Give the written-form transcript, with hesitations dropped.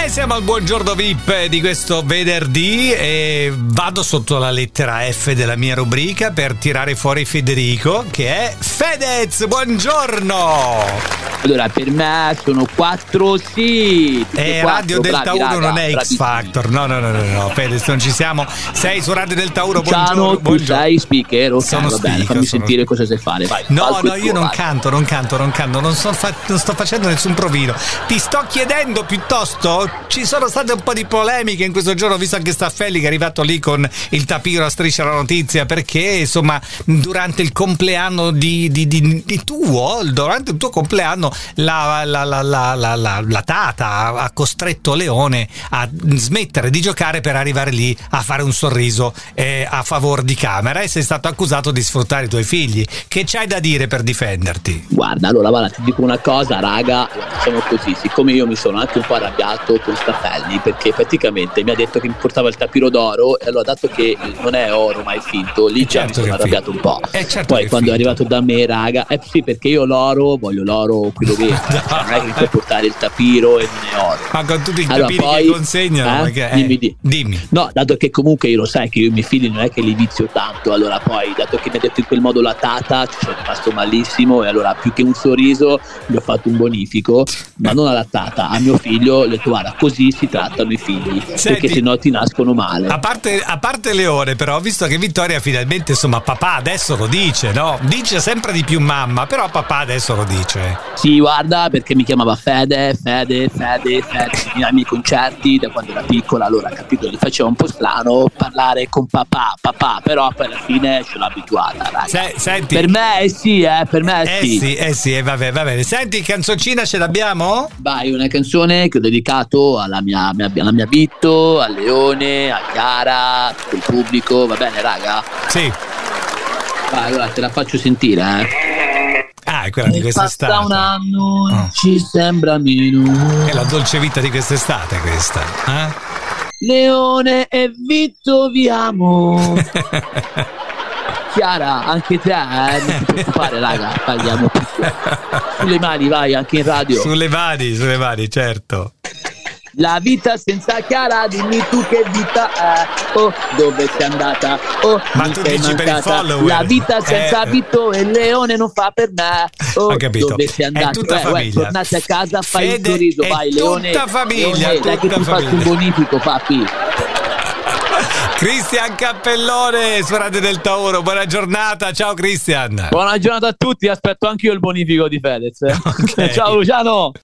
Siamo al buongiorno VIP di questo venerdì e vado sotto la lettera F della mia rubrica per tirare fuori Federico, che è Fedez. Buongiorno. Allora, per me sono 4 sì. Radio Delta 1 raga, non è X Factor. No, Fedez, non ci siamo. Sei su Radio Delta 1. Buongiorno. Tu sei speaker, ok, sono va bene, speaker, fammi sentire cosa sai fare. Vai, no, io non canto, non sto facendo nessun provino. Ti sto chiedendo piuttosto, ci sono state un po' di polemiche in questo giorno, visto anche Staffelli che è arrivato lì con il tapiro a Striscia la Notizia, perché insomma durante il compleanno durante il tuo compleanno la Tata ha costretto Leone a smettere di giocare per arrivare lì a fare un sorriso a favore di camera, e sei stato accusato di sfruttare i tuoi figli. Che c'hai da dire per difenderti? Guarda, ti dico una cosa, raga, diciamo così, siccome io mi sono anche un po' arrabbiato con Staffelli, perché praticamente mi ha detto che mi portava il tapiro d'oro, e allora, dato che non è oro ma è finto, lì già mi sono arrabbiato un po'. Poi quando è arrivato da me, raga, sì, perché io voglio l'oro quello vero, non è che mi puoi portare il tapiro e non è oro. Ma con tutti i tapiri che consegnano, dimmi. No, dato che comunque io lo sai che io i miei figli non è che li vizio tanto, allora poi dato che mi ha detto in quel modo la Tata, ci sono rimasto malissimo, e allora più che un sorriso gli ho fatto un bonifico, ma non alla Tata, a mio figlio. Ho detto, guarda, così si trattano i figli. Senti, perché sennò ti nascono male. A parte Leone, però ho visto che Vittoria finalmente, insomma, papà adesso lo dice, no? Dice sempre di più mamma, però papà adesso lo dice. Sì, guarda, perché mi chiamava Fede ai miei concerti da quando era piccola, allora capito, gli faceva un po' strano parlare con papà, però poi alla fine ce l'ho abituata, raga. Senti, per me sì. Va bene. Senti, canzoncina ce l'abbiamo? Vai, una canzone che ho dedicato alla mia Vitto, a Leone, a Chiara, a tutto il pubblico, va bene, raga? Sì. Vai, allora te la faccio sentire, è quella di quest'estate. Passa un anno, ci sembra meno. È la dolce vita di quest'estate, questa, Leone e Vitto vi amo. Chiara, anche te, non ti preoccupare, raga, parliamo sulle mani, vai, anche in radio. Sulle mani, certo. La vita senza Chiara, dimmi tu che vita è, dove sei andata, ma tu dici mancata. Per il follower. La vita senza Vitto e Leone non fa per me, ho capito. Dove sei andato, è tutta famiglia. Tornate a casa, fai Fede, un sorriso, vai Leone, tutta famiglia, Leone, dai che ti faccio un bonifico, papi. Cristian Cappellone su Radio Delta 1, buona giornata, ciao Cristian. Buona giornata a tutti, aspetto anche io il bonifico di Fedez. Okay. Ciao Luciano.